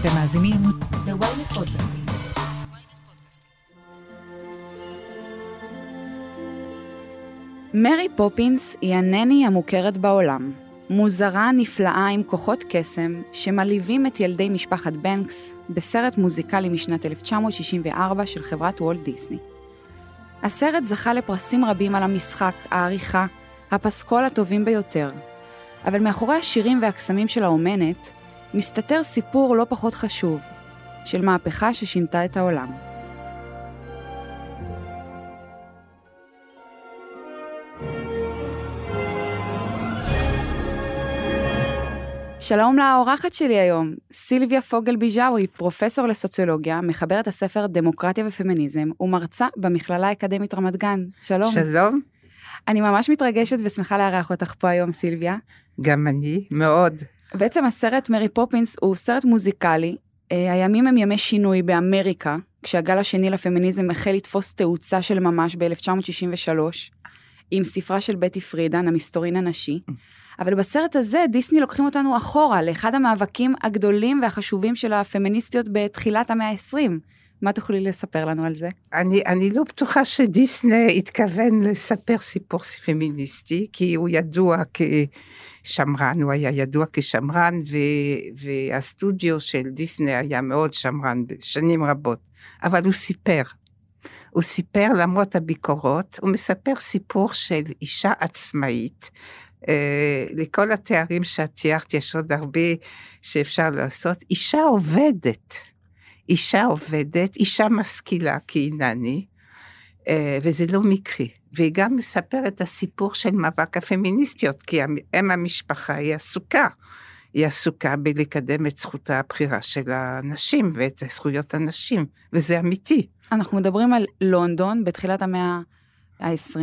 אתם מאזינים ל-ynet פודקאסטים. מרי פופינס היא הנני המוכרת בעולם. מוזרה נפלאה עם כוחות קסם שמלהיבים את ילדי משפחת בנקס בסרט מוזיקלי משנת 1964 של חברת וולט דיסני. הסרט זכה לפרסים רבים על המשחק, העריכה, הפסקול הטובים ביותר. אבל מאחורי השירים והקסמים של האומנת, מסתתר סיפור לא פחות חשוב, של מהפכה ששינתה את העולם. שלום לאורחת שלי היום, סילביה פוגל-ביג'אווי, פרופסור לסוציולוגיה, מחברת הספר דמוקרטיה ופמיניזם, ומרצה במכללה האקדמית רמת גן. שלום. שלום. אני ממש מתרגשת ושמחה לארח אותך פה היום, סילביה. גם אני, מאוד. בעצם הסרט מרי פופינס הוא סרט מוזיקלי, הימים הם ימי שינוי באמריקה, כשהגל השני לפמיניזם החל לתפוס תאוצה של ממש ב-1963, עם ספרה של בטי פרידן, המסתורין הנשי, אבל בסרט הזה דיסני לוקחים אותנו אחורה, לאחד המאבקים הגדולים והחשובים של הפמיניסטיות בתחילת המאה ה-20. מה תוכלי לספר לנו על זה? אני לא בטוחה שדיסני התכוון לספר סיפור פמיניסטי, כי הוא ידוע כשמרן, הוא היה ידוע כשמרן, והסטודיו של דיסני היה מאוד שמרן בשנים רבות, אבל הוא סיפר למרות הביקורות, הוא מספר סיפור של אישה עצמאית, לכל התארים שאת תיארת יש עוד הרבה שאפשר לעשות, אישה עובדת, אישה משכילה כעינני, וזה לא מקרי, והיא גם מספרת את הסיפור של מאבק הפמיניסטיות, כי אם המשפחה היא עסוקה בלקדם את זכות הבחירה של הנשים, ואת זכויות הנשים, וזה אמיתי. אנחנו מדברים על לונדון בתחילת המאה ה-20,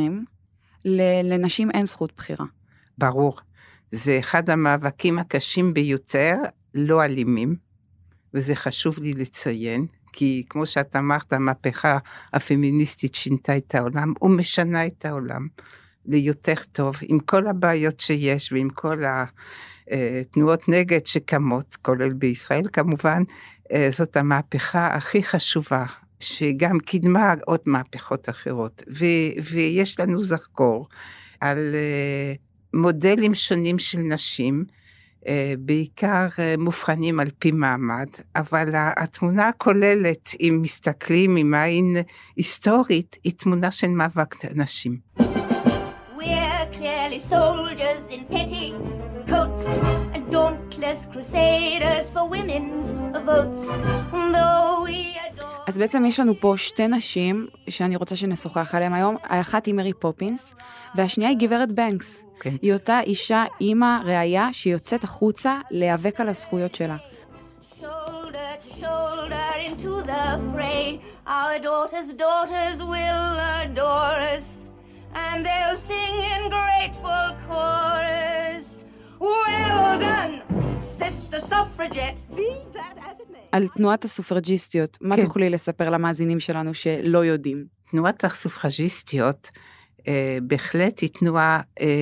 לנשים אין זכות בחירה. ברור, זה אחד המאבקים הקשים ביותר, לא אלימים, וזה חשוב לי לציין, כי כמו שאת אמרת, המהפכה הפמיניסטית שינתה את העולם, ומשנה את העולם ליותר טוב, עם כל הבעיות שיש, ועם כל התנועות נגד שקמות, כולל בישראל כמובן, זאת המהפכה הכי חשובה, שגם קידמה עוד מהפכות אחרות, ויש לנו זרקור על מודלים שונים של נשים, בעיקר מובחנים על פי מעמד, אבל התמונה הכוללת, אם מסתכלים עם עין היסטורית, היא תמונה של מאבק נשים. We're clearly soldiers in petty coats and dauntless crusaders for women's votes, though we adore... אז בעצם יש לנו פה שתי נשים שאני רוצה שנשוחח עליהן היום, האחת היא מרי פופינס, והשנייה היא גברת בנקס. כן. היא אותה אישה, אימא, ראיה, שיוצאת החוצה להיאבק על הזכויות שלה. Shoulder to shoulder into the fray, our daughters will adore us, and they'll sing in grateful chorus, well done, sister suffragette, be that as it may. על תנועת הסופרג'יסטיות, מה כן. תוכלי לספר למאזינים שלנו שלא יודעים? תנועת הסופרג'יסטיות, בהחלט היא תנועה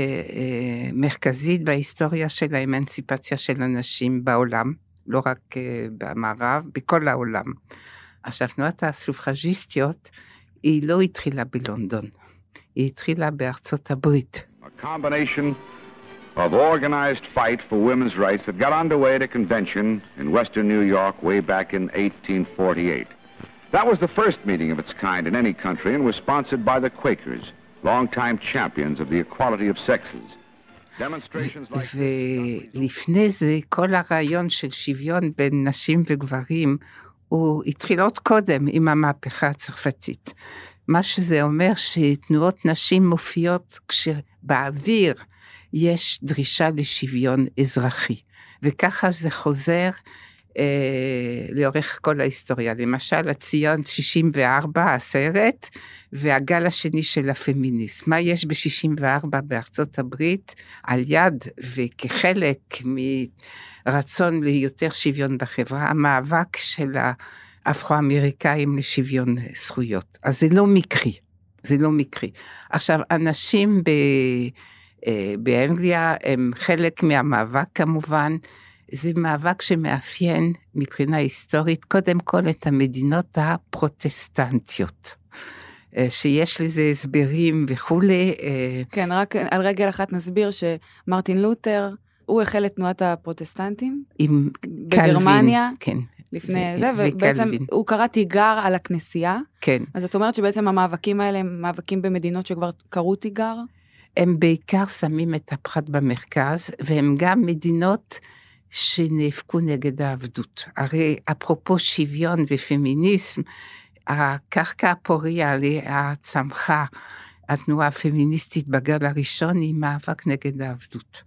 מרכזית בהיסטוריה של האמנציפציה של הנשים בעולם, לא רק במערב, בכל העולם. עכשיו, תנועת הסופרג'יסטיות היא לא התחילה בלונדון, היא התחילה בארצות הברית. A combination of organized fight for women's rights that got underway at a convention in western New York way back in 1848. That was the first meeting of its kind in any country and was sponsored by the Quakers, long-time champions of the equality of sexes. Demonstrations like ולפני זה, כל הרעיון של שוויון בין נשים וגברים, הוא התחיל עוד קודם עם המהפכה הצרפתית. מה שזה אומר שתנועות נשים מופיעות כשבאוויר יש דרישה לשוויון אזרחי. וככה זה חוזר לאורך כל ההיסטוריה. למשל, הציון 64, הסרט, והגל השני של הפמיניסם. מה יש ב-64 בארצות הברית? על יד וכחלק מרצון ליותר שוויון בחברה, המאבק של האפרו-אמריקאים לשוויון זכויות. אז זה לא מקרי. עכשיו, אנשים באנגליה הם חלק מהמאבק כמובן, זה מאבק שמאפיין מבחינה היסטורית, קודם כל את המדינות הפרוטסטנטיות, שיש לזה הסברים וכולי. כן, רק על רגל אחת נסביר שמרטין לותר, הוא החל את תנועת הפרוטסטנטים, עם בגרמניה, כן. לפני זה, ובעצם הוא קרא תיגר על הכנסייה. כן. אז את אומרת שבעצם המאבקים האלה הם מאבקים במדינות שכבר קראו תיגר? הם בעיקר שמים את הפחד במרכז, והם גם מדינות שנאבקו נגד העבדות. הרי אפרופו שוויון ופמיניסם, הקרקע הפוריה עליה צמחה התנועה הפמיניסטית בגל הראשון היא מאבק נגד העבדות.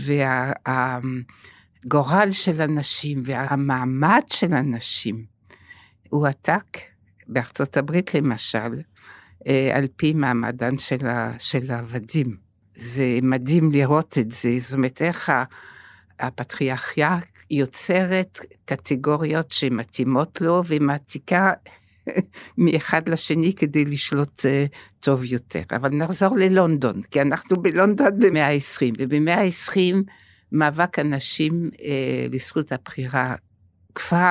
והגורל של הנשים והמעמד של הנשים הוא עתק, בארצות הברית למשל, על פי מעמדן של העבדים. זה מדהים לראות את זה, זאת אומרת איך הפטריארכיה יוצרת קטגוריות שמתאימות לו, ומעתיקה מאחד לשני כדי לשלוט טוב יותר. אבל נחזור ללונדון, כי אנחנו בלונדון במאה ה-20, ובמאה ה-20 מאבק הנשים לזכות הבחירה כבר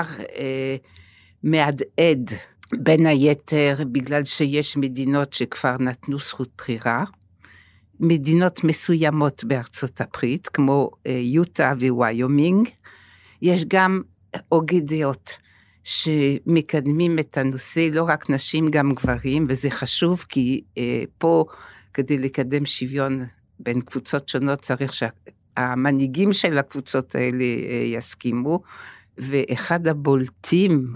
מהדהד, בין היתר בגלל שיש מדינות שכבר נתנו זכות בחירה, מדינות מסוימות בארצות הברית, כמו יוטה וויומינג, יש גם הוגי דעות שמקדמים את הנושא, לא רק נשים, גם גברים, וזה חשוב, כי פה כדי לקדם שוויון בין קבוצות שונות, צריך שהמנהיגים של הקבוצות האלה יסכימו, ואחד הבולטים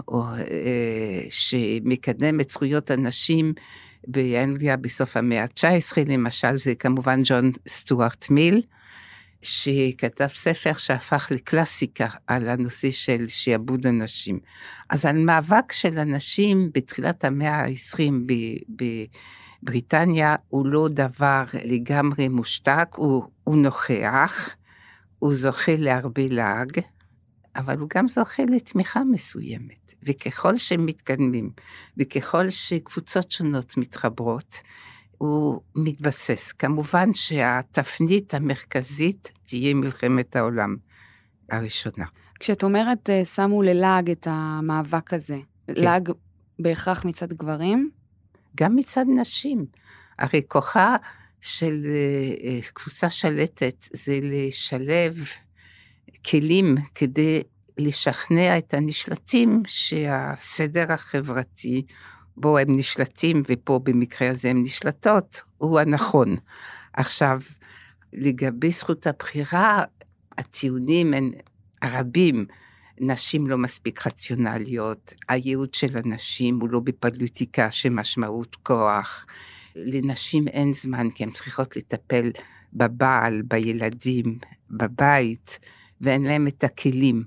שמקדם את זכויות הנשים באנגליה בסוף המאה ה-19, למשל, זה כמובן ג'ון סטוארט מיל, שכתב ספר שהפך לקלאסיקה על הנושא של שעבוד הנשים. אז המאבק של הנשים בתחילת המאה ה-20 בבריטניה הוא לא דבר לגמרי מושתק, הוא נוכח, הוא זוכה להרבה לעג, אבל הוא גם זוכה לתמיכה מסוימת, וככל שמתקדמים, וככל שקבוצות שונות מתחברות, הוא מתבסס. כמובן שהתפנית המרכזית תהיה מלחמת העולם הראשונה. כשאת אומרת, שמו ללעג את המאבק הזה, כן. לעג בהכרח מצד גברים? גם מצד נשים. הרי כוחה של קבוצה שלטת זה לשלב כלים כדי לשכנע את הנשלטים שהסדר החברתי בו הם נשלטים, ופה במקרה הזה הם נשלטות, הוא הנכון. עכשיו, לגבי זכות הבחירה, הטיעונים הם רבים, נשים לא מספיק רציונליות, הייעוד של הנשים הוא לא בפוליטיקה שמשמעות כוח, לנשים אין זמן כי הן צריכות לטפל בבעל, בילדים, בבית, ואין להם את הכלים,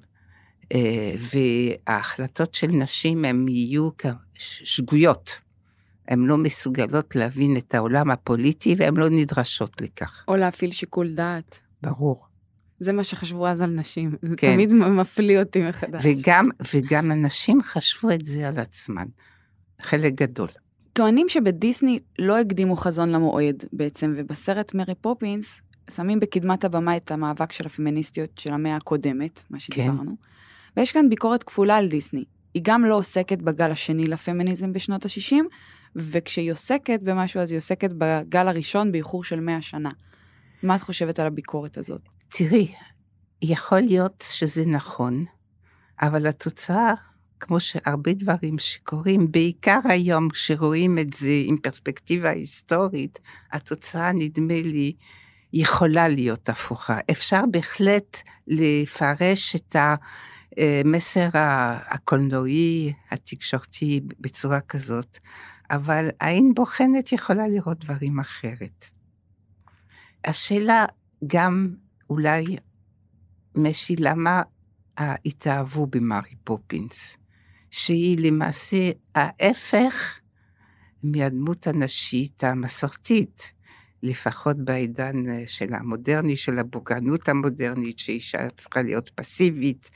וההחלטות של נשים הן יהיו שגויות, הן לא מסוגלות להבין את העולם הפוליטי, והן לא נדרשות לכך. או להפעיל שיקול דעת. ברור. זה מה שחשבו אז על נשים, זה כן. תמיד מפליא אותי מחדש. וגם הנשים חשבו את זה על עצמן, חלק גדול. טוענים שבדיסני לא הקדימו חזון למועד בעצם, ובסרט מרי פופינס שמים בקדמת הבמה את המאבק של הפמיניסטיות של המאה הקודמת, מה שדיברנו, ויש כאן ביקורת כפולה על דיסני. היא גם לא עוסקת בגל השני לפמיניזם בשנות ה-60, וכשהיא עוסקת במשהו, אז היא עוסקת בגל הראשון באיחור של 100 שנה. מה את חושבת על הביקורת הזאת? תראי, יכול להיות שזה נכון, אבל התוצאה, כמו שהרבה דברים שקורים, בעיקר היום שרואים את זה עם פרספקטיבה היסטורית, התוצאה נדמה לי יכולה להיות הפוכה. אפשר בהחלט לפרש את המסר הקולנועי, התקשורתי בצורה כזאת, אבל העין בוחנת יכולה לראות דברים אחרת. השאלה גם אולי משי למה התאהבו במרי פופינס, שהיא למעשה ההפך מהדמות הנשית המסורתית, לפחות בעידן של המודרני, של הבוגנות המודרנית, שאישה צריכה להיות פסיבית,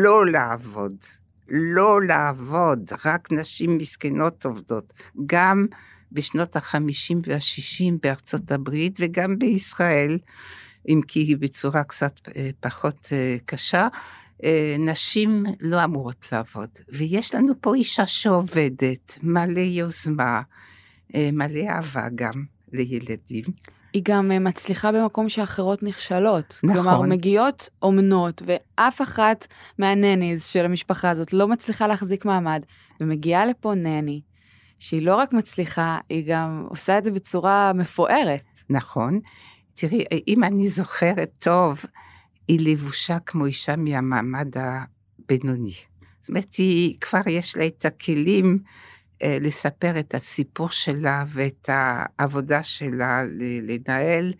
לא לעבוד, רק נשים מסכנות עובדות, גם בשנות ה-50 וה-60 בארצות הברית, וגם בישראל, אם כי בצורה קצת פחות קשה, נשים לא אמורות לעבוד. ויש לנו פה אישה שעובדת, מלא יוזמה, מלא אהבה גם לילדים. היא גם מצליחה במקום שאחרות נכשלות. נכון. כלומר, מגיעות אומנות, ואף אחת מהנניז של המשפחה הזאת לא מצליחה להחזיק מעמד, ומגיעה לפה נני, שהיא לא רק מצליחה, היא גם עושה את זה בצורה מפוארת. נכון. תראי, אם אני זוכרת טוב, היא לבושה כמו אישה מהמעמד הבינוני. זאת אומרת, היא כבר יש לה את הכלים לספר את הסיפור שלה ואת העבודה שלה לנהל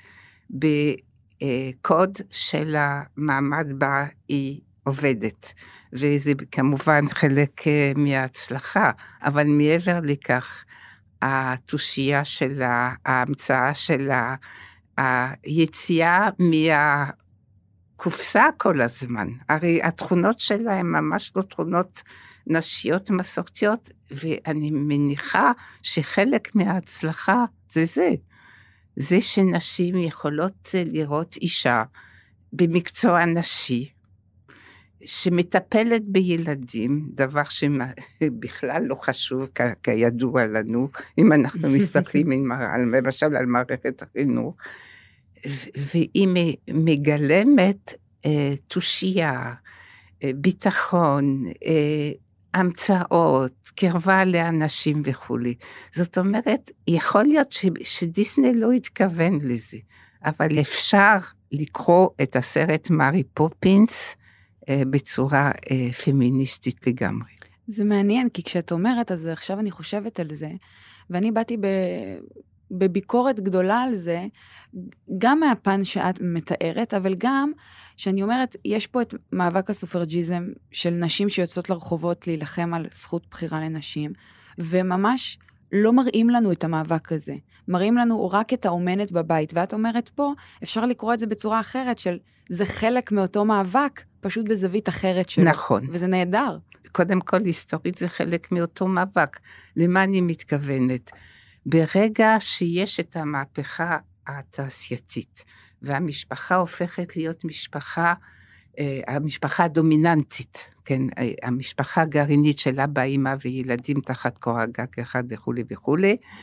בקוד של המעמד בה היא עובדת. וזה כמובן חלק מההצלחה, אבל מעבר לכך, התושייה שלה, ההמצאה שלה, היציאה מהקופסה כל הזמן. הרי התכונות שלה הן ממש לא תכונות נשיות מסורתיות, ואני מניחה שחלק מההצלחה זה זה. זה שנשים יכולות לראות אישה במקצוע נשי, שמטפלת בילדים, דבר שבכלל לא חשוב כידוע לנו, אם אנחנו מסתכלים למשל על מערכת החינוך, והיא מגלמת תושייה, ביטחון, המצאות, קרבה לאנשים וכו'. זאת אומרת, יכול להיות שדיסני לא התכוון לזה, אבל אפשר לקרוא את הסרט מארי פופינס בצורה פמיניסטית לגמרי. זה מעניין, כי כשאת אומרת, אז עכשיו אני חושבת על זה, ואני באתי בביקורת גדולה על זה, גם מהפן שאת מתארת, אבל גם שאני אומרת, יש פה את מאבק הסופרג'יזם של נשים שיוצאות לרחובות להילחם על זכות בחירה לנשים, וממש לא מראים לנו את המאבק הזה. מראים לנו רק את האומנת בבית, ואת אומרת פה, אפשר לקרוא את זה בצורה אחרת, של זה חלק מאותו מאבק, פשוט בזווית אחרת שלו. נכון. וזה נהדר. קודם כל, היסטורית זה חלק מאותו מאבק. למה אני מתכוונת? ברגע שיש את המהפכה התעשייתית, והמשפחה הופכת להיות המשפחה הדומיננטית, כן, המשפחה הגרעינית של אבא, אמא וילדים תחת קורת גג אחד וכו' וכו',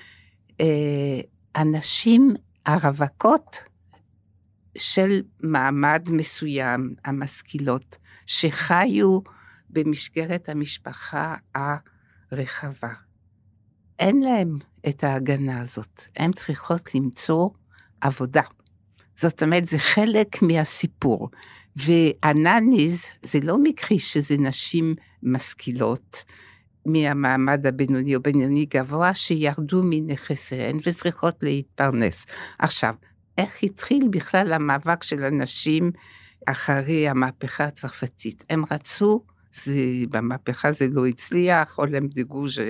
הנשים הרווקות של מעמד מסוים, המשכילות, שחיו במסגרת המשפחה הרחבה. אין להם את ההגנה הזאת, הן צריכות למצוא עבודה. זאת אומרת, זה חלק מהסיפור. והנניז, זה לא מקרי שזה נשים משכילות, מהמעמד הבינוני או בינוני גבוה, שירדו מנכסיהן וצריכות להתפרנס. עכשיו, איך התחיל בכלל המאבק של הנשים אחרי המהפכה הצרפתית? הם רצו, במהפכה זה לא הצליח, אולם דגוז'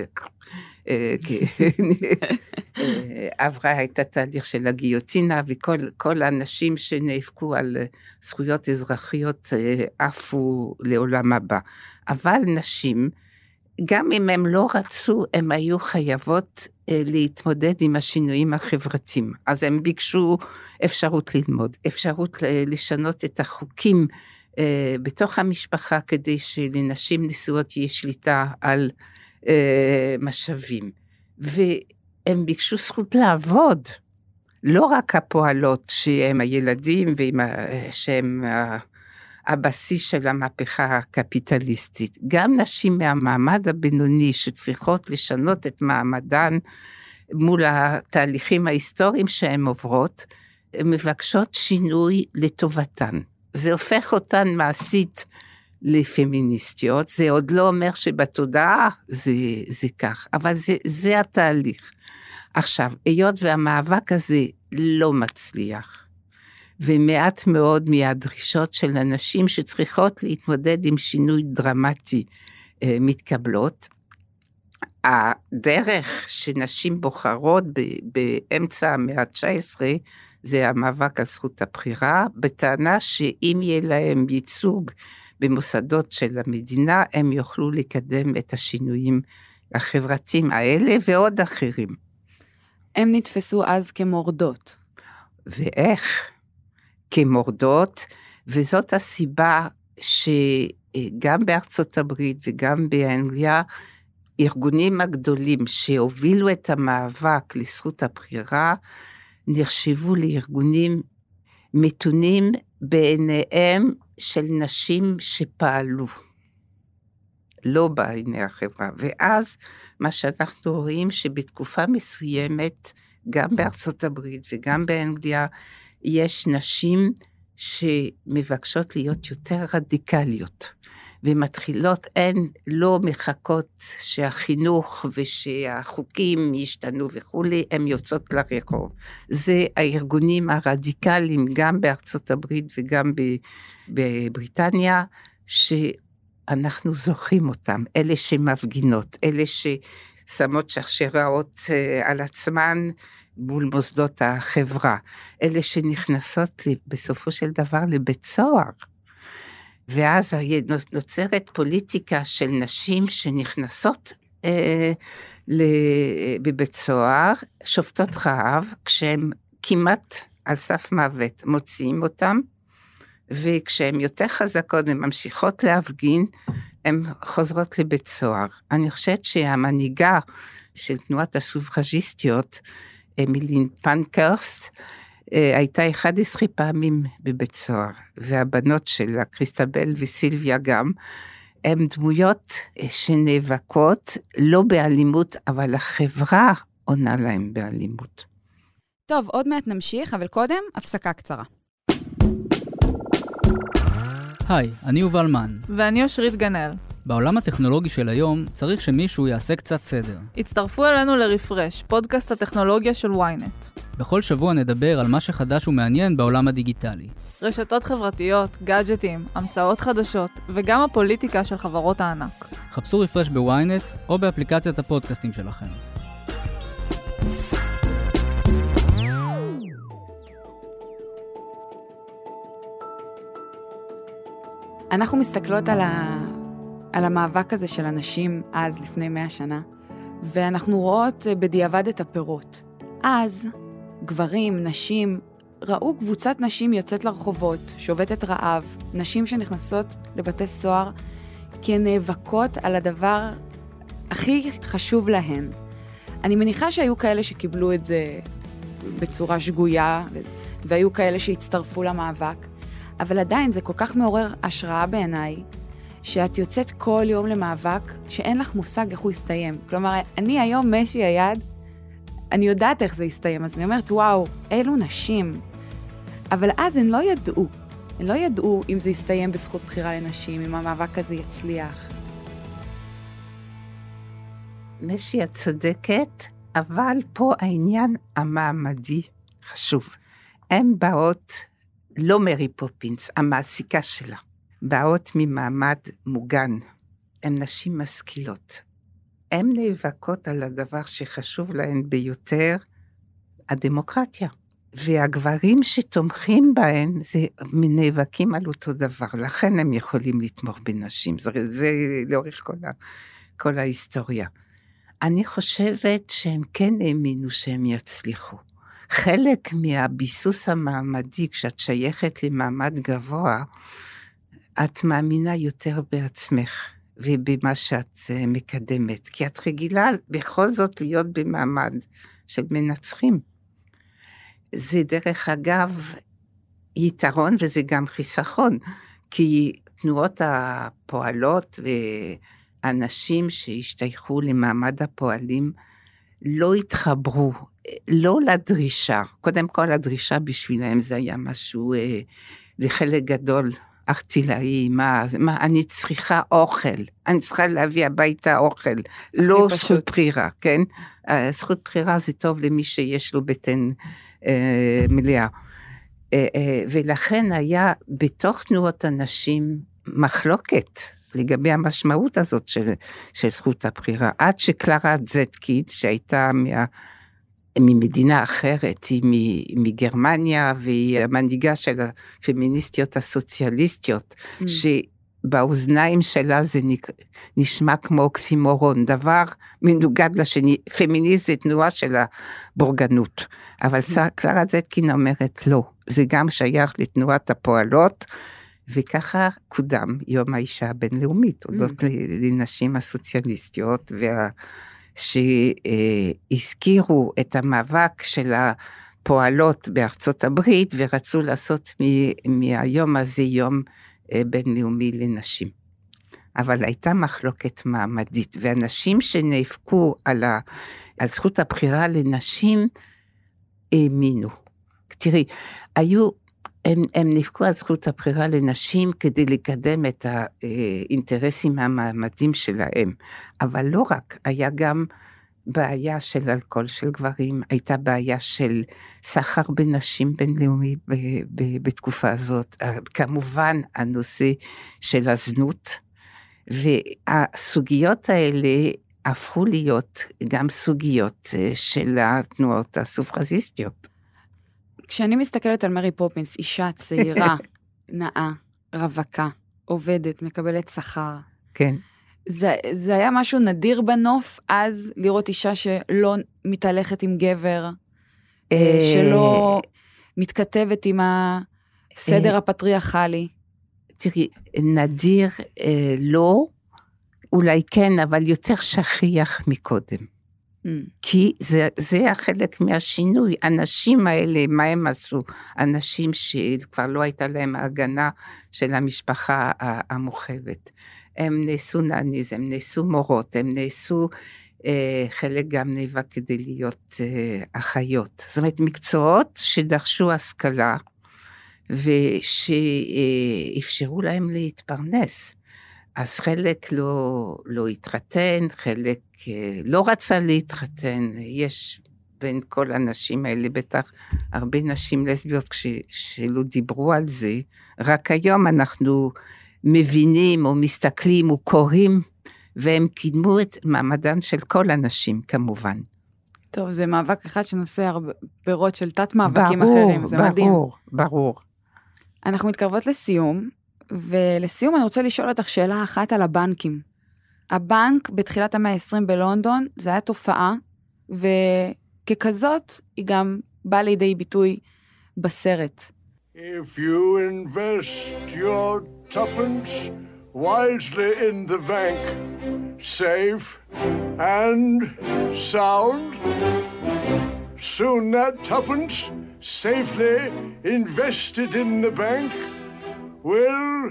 עברה את התהליך של הגיוטינה, וכל האנשים שנאבקו על זכויות אזרחיות עפו לעולם הבא. אבל נשים, גם אם הם לא רצו, הם היו חייבות להתמודד עם השינויים החברתיים. אז הם ביקשו אפשרות ללמוד, אפשרות לשנות את החוקים בתוך המשפחה, כדי שלנשים נשואות יהיה שליטה על משאבים. והם ביקשו זכות לעבוד, לא רק הפועלות שהם הילדים, שהם הבסיס של המהפכה הקפיטליסטית, גם נשים מהמעמד הבינוני שצריכות לשנות את מעמדן מול התהליכים ההיסטוריים שהן עוברות, מבקשות שינוי לטובתן. זה הופך אותן מעשית לפמיניסטיות, זה עוד לא אומר שבתודעה זה כך, אבל זה התהליך. עכשיו, היות והמאבק הזה לא מצליח, ומעט מאוד מהדרישות של הנשים שצריכות להתמודד עם שינוי דרמטי מתקבלות, הדרך שנשים בוחרות באמצע המאה ה-19, זה המאבק על זכות הבחירה, בטענה שאם יהיה להם ייצוג במוסדות של המדינה, הם יוכלו לקדם את השינויים החברתיים האלה ועוד אחרים. הם נתפסו אז כמורדות. ואיך? כמורדות, וזאת הסיבה שגם בארצות הברית וגם באנגליה, ארגונים הגדולים שהובילו את המאבק לזכות הבחירה, נחשבו לארגונים מתונים בעיניהם של נשים שפעלו, לא בעיני החברה. ואז מה שאנחנו רואים שבתקופה מסוימת, גם בארצות הברית וגם באנגליה, יש נשים שמבקשות להיות יותר רדיקליות, ומתחילות, הן לא מחכות שהחינוך ושהחוקים ישתנו וכולי, הן יוצאות לרחוב. זה הארגונים הרדיקליים גם בארצות הברית וגם בבריטניה, שאנחנו זוכרים אותם, אלה שמפגינות, אלה ששמות שרשראות על עצמן, מול מוסדות החברה, אלה שנכנסות בסופו של דבר לבית סוהר, ואז נוצרת פוליטיקה של נשים שנכנסות בבית סוהר, שופטות רעב, כשהן כמעט על סף מוות, מוציאים אותם, וכשהן יותר חזקות וממשיכות להפגין, הן חוזרות לבית סוהר. אני חושבת שהמנהיגה של תנועת הסופרג'יסטיות, אמילין פנקרסט, הייתה 11 פעמים בבית סוהר, והבנות שלה, קריסטבל וסילביה גם, הן דמויות שנאבקות, לא באלימות, אבל החברה עונה להם באלימות. טוב, עוד מעט נמשיך, אבל קודם, הפסקה קצרה. היי, אני יובל מן. ואני אושרית גנאל. בעולם הטכנולוגי של היום צריך שמישהו יעשה קצת סדר. הצטרפו אלינו לרפרש, פודקאסט הטכנולוגיה של ynet. בכל שבוע נדבר על מה שחדש ומעניין בעולם הדיגיטלי. רשתות חברתיות, גאדג'טים, המצאות חדשות, וגם הפוליטיקה של חברות הענק. חפשו רפרש בוויינט או באפליקציית הפודקאסטים שלכם. אנחנו מסתכלות על המאבק הזה של אנשים אז, לפני 100 שנה, ואנחנו רואות בדיעבד את הפירות. אז גברים, נשים, ראו קבוצת נשים יוצאת לרחובות, שובתת רעב, נשים שנכנסות לבתי סוהר, כי הן נאבקות על הדבר הכי חשוב להן. אני מניחה שהיו כאלה שקיבלו את זה בצורה שגויה, והיו כאלה שהצטרפו למאבק, אבל עדיין זה כל כך מעורר השראה בעיניי, שאת יוצאת כל יום למאבק, שאין לך מושג איך הוא יסתיים. כלומר, אני היום משי היד, אני יודעת איך זה יסתיים, אז אני אומרת, וואו, אלו נשים. אבל אז הן לא ידעו אם זה יסתיים בזכות בחירה לנשים, אם המאבק הזה יצליח. משי, את צודקת, אבל פה העניין המעמדי חשוב. הן באות, לא מרי פופינס, המעסיקה שלה, באות ממעמד מוגן. הן נשים משכילות. הן נאבקות על הדבר שחשוב להן ביותר, הדמוקרטיה. והגברים שתומכים בהן, זה נאבקים על אותו דבר. לכן הם יכולים לתמוך בנשים. זה לאורך כל ההיסטוריה. אני חושבת שהם כן האמינו שהם יצליחו. חלק מהביסוס המעמדי, כשאת שייכת למעמד גבוה, את מאמינה יותר בעצמך ובמה שאת מקדמת, כי את רגילה בכל זאת להיות במעמד של מנצחים. זה דרך אגב יתרון וזה גם חיסכון, כי תנועות הפועלות ואנשים שהשתייכו למעמד הפועלים לא התחברו, לא לדרישה, קודם כל הדרישה בשבילהם זה היה משהו, לחלק גדול, ארטילאי, מה, אני צריכה אוכל, אני צריכה להביא הביתה אוכל, לא זכות בחירה, כן? זכות בחירה זה טוב למי שיש לו בטן מלאה. ולכן היה בתוך תנועות הנשים מחלוקת, לגבי המשמעות הזאת של זכות הבחירה, עד שקלרה זטקין, שהייתה ממדינה אחרת, היא מגרמניה, והיא המנהיגה של הפמיניסטיות הסוציאליסטיות, באוזניים שלה זה נשמע כמו אוקסימורון, דבר מנוגד לשני, פמיניזם זה תנועה של הבורגנות, אבל קלרה זטקין אומרת לא, זה גם שייך לתנועת הפועלות, וככה קודם יום האישה הבינלאומית, הודות לנשים הסוציאליסטיות, שהזכירו את המאבק של הפועלות בארצות הברית, ורצו לעשות מהיום הזה יום בינלאומי לנשים. אבל הייתה מחלוקת מעמדית, ואנשים שנאבקו על זכות הבחירה לנשים, האמינו. תראי, הם נאבקו על זכות הבחירה לנשים כדי לקדם את האינטרסים המעמדים שלהם, אבל לא רק, היה גם בעיה של אלכוהול של גברים, הייתה בעיה של סחר בנשים בינלאומי בתקופה הזאת, כמובן הנושא של הזנות, והסוגיות האלה הפכו להיות גם סוגיות של התנועות הסופרזיסטיות. כשאני מסתכלת על מרי פופינס, אישה צעירה, נאה, רווקה, עובדת, מקבלת שכר. כן. זה היה משהו נדיר בנוף, אז לראות אישה שלא מתהלכת עם גבר, שלא מתכתבת עם הסדר הפטריארכלי. תראי, נדיר לא, אולי כן, אבל יותר שכיח מקודם. כי זה החלק מהשינוי, אנשים האלה, מה הם עשו? אנשים שכבר לא הייתה להם ההגנה של המשפחה המורחבת. הם נעשו נניז, הם נעשו מורות, הם נעשו, חלק גם נאבק כדי להיות אחיות. זאת אומרת, מקצועות שדרשו השכלה, ושאפשרו להם להתפרנס. אז חלק לא התחתן, חלק לא רצה להתחתן, יש בין כל הנשים האלה בטח הרבה נשים לסביות שלא דיברו על זה, רק היום אנחנו מבינים או מסתכלים או קוראים, והם קידמו את מעמדן של כל הנשים כמובן. טוב, זה מאבק אחד שנושא הרבה פירות של תת מאבקים אחרים, זה מדהים. ברור. אנחנו מתקרבות לסיום, ולסיום אני רוצה לשאול אותך שאלה אחת על הבנקים. הבנק בתחילת המאה ה-20 בלונדון, זה היה תופעה, וככזאת היא גם באה לידי ביטוי בסרט. If you invest your tuppence wisely in the bank, safe and sound, soon that tuppence safely invested in the bank will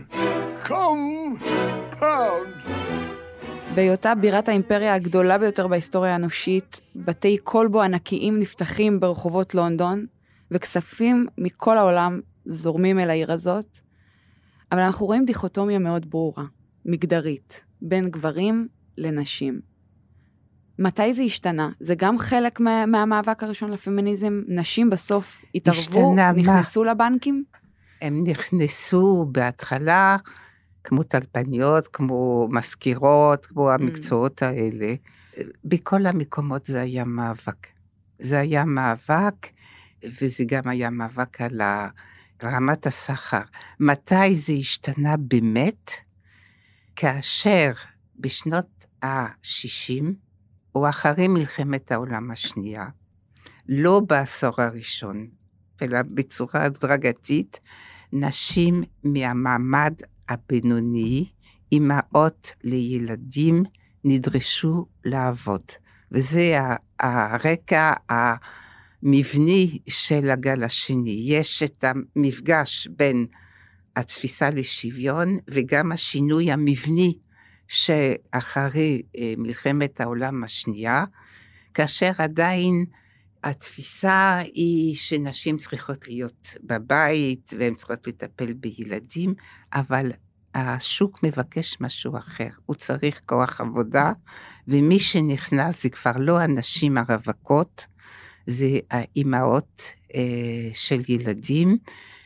compound. בהיותה בירת האימפריה הגדולה ביותר בהיסטוריה האנושית, בתי קולבו ענקיים נפתחים ברחובות לונדון, וכספים מכל העולם זורמים אל העיר הזאת, אבל אנחנו רואים דיכוטומיה מאוד ברורה, מגדרית, בין גברים לנשים. מתי זה השתנה? זה גם חלק מהמאבק הראשון לפמיניזם, נשים בסוף התערבו, נכנסו לבנקים? הם נכנסו בהתחלה, כמו טלפניות, כמו מזכירות, כמו המקצועות האלה. בכל המקומות זה היה מאבק. זה היה מאבק, וזה גם היה מאבק על רמת השכר. מתי זה השתנה באמת? כאשר בשנות ה-60, או אחרי מלחמת העולם השנייה, לא בעשור הראשון, אלא בצורה הדרגתית, נשים מהמעמד הבינוני, אימהות לילדים, נדרשו לעבוד. וזה הרקע המבני של הגל השני. יש את המפגש בין התפיסה לשוויון, וגם השינוי המבני שאחרי מלחמת העולם השנייה, כאשר עדיין התפיסה היא שנשים צריכות להיות בבית, והן צריכות לטפל בילדים, אבל השוק מבקש משהו אחר, הוא צריך כוח עבודה, ומי שנכנס זה כבר לא הנשים הרווקות, זה האימהות של ילדים,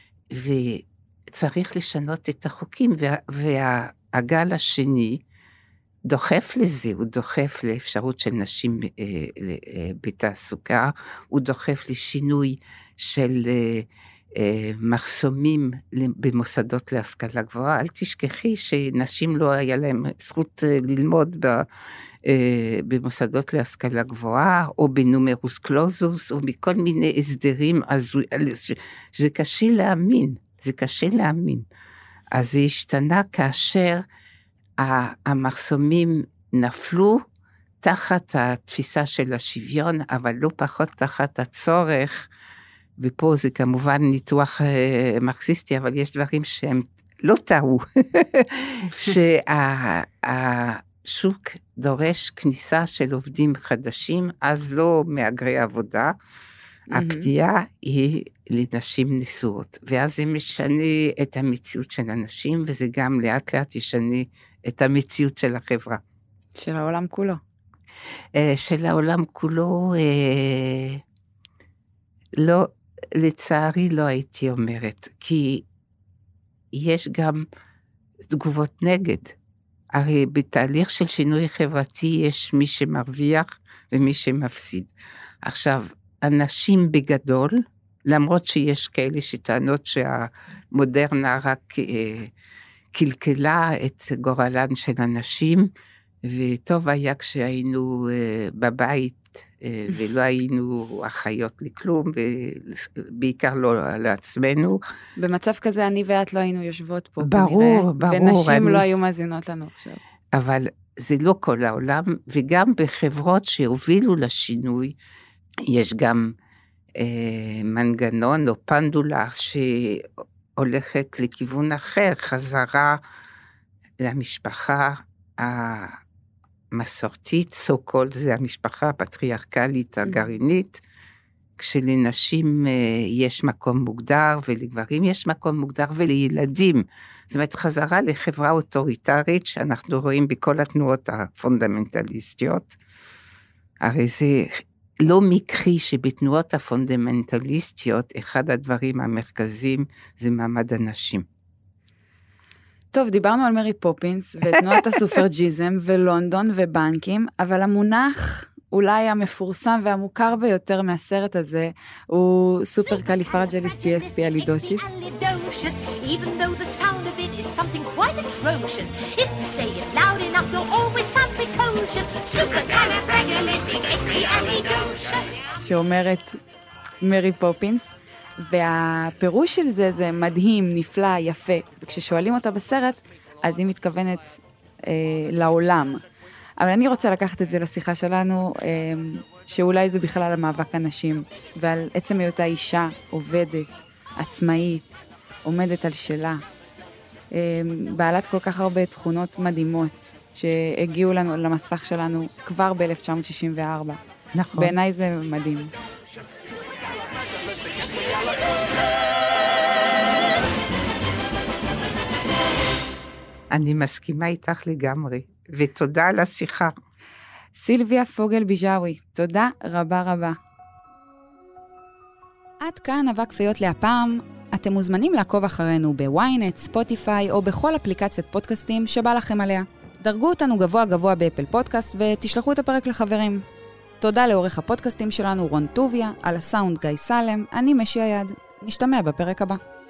וצריך לשנות את החוקים, והגל השני דוחף לזה, הוא דוחף לאפשרות של נשים בתעסוקה, הוא דוחף לשינוי של מחסומים במוסדות להשכלה גבוהה. אל תשכחי שנשים לא היה להם זכות ללמוד במוסדות להשכלה גבוהה, או בנומרוס קלוזוס, או מכל מיני הסדרים, זה קשה להאמין, זה קשה להאמין. אז זה השתנה כאשר המחסומים נפלו תחת התפיסה של השוויון, אבל לא פחות תחת הצורך, ופה זה כמובן ניתוח מרקסיסטי, אבל יש דברים שהם לא טעו, שהשוק דורש כניסה של עובדים חדשים, אז לא מאגרי עבודה, הקטיעה היא לנשים נשואות, ואז זה משנה את המציאות של הנשים, וזה גם לאט לאט ישנה את המציאות של החברה. של העולם כולו. של העולם כולו, לא, לצערי לא הייתי אומרת, כי יש גם תגובות נגד. הרי בתהליך של שינוי חברתי יש מי שמרוויח ומי שמפסיד. עכשיו, אנשים בגדול, למרות שיש כאלה שטענות שהמודרנה רק קלקלה את גורלן של אנשים, וטוב היה כשהיינו בבית, ולא היינו אחיות לכלום, ובעיקר לא לעצמנו. במצב כזה אני ואת לא היינו יושבות פה. ברור, ברור. ונשים לא היו מאזינות לנו עכשיו. אבל זה לא כל העולם, וגם בחברות שהובילו לשינוי, יש גם מנגנון או פנדולה שהולכת לכיוון אחר, חזרה למשפחה המסורתית, so called, זה המשפחה הפטריארכלית הגרעינית, כשלנשים יש מקום מוגדר, ולגברים יש מקום מוגדר, ולילדים. זאת אומרת, חזרה לחברה אוטוריטרית, שאנחנו רואים בכל התנועות הפונדמנטליסטיות. הרי זה לא מקרי שבתנועות הפונדמנטליסטיות, אחד הדברים המרכזיים זה מעמד הנשים. טוב, דיברנו על מרי פופינס, ותנועת הסופרג'יזם, ולונדון ובנקים, אבל המונח אולי המפורסם והמוכר ביותר מהסרט הזה, הוא סופר קליפרג'ליסטיאספיאלידושיס. Even though the sound of it is something quite atrocious, if you say it loud enough, you'll always sound precocious. Supercalifragilisticexpialidocious. שאומרת מרי פופינס, והפירוש של זה זה מדהים, נפלא, יפה, וכששואלים אותה בסרט, אז היא מתכוונת לעולם. אבל אני רוצה לקחת את זה לשיחה שלנו, שאולי זה בכלל המאבק הנשים, ועל עצם היותה אישה, עובדת, עצמאית, עומדת על שלה, בעלת כל כך הרבה תכונות מדהימות, שהגיעו לנו למסך שלנו כבר ב-1964. נכון. בעיניי זה מדהים. אני מסכימה איתך לגמרי, ותודה על השיחה. סילביה פוגל ביג'אווי, תודה רבה רבה. עד כאן אבק פיות להפעם. אתם מוזמנים לעקוב אחרינו בוויינט, ספוטיפיי או בכל אפליקציית פודקאסטים שבא לכם עליה. דרגו אותנו גבוה גבוה באפל פודקאסט ותשלחו את הפרק לחברים. תודה לעורך הפודקאסטים שלנו רון טוביה, על הסאונד גיא סלם, אני משי היד. נשתמע בפרק הבא.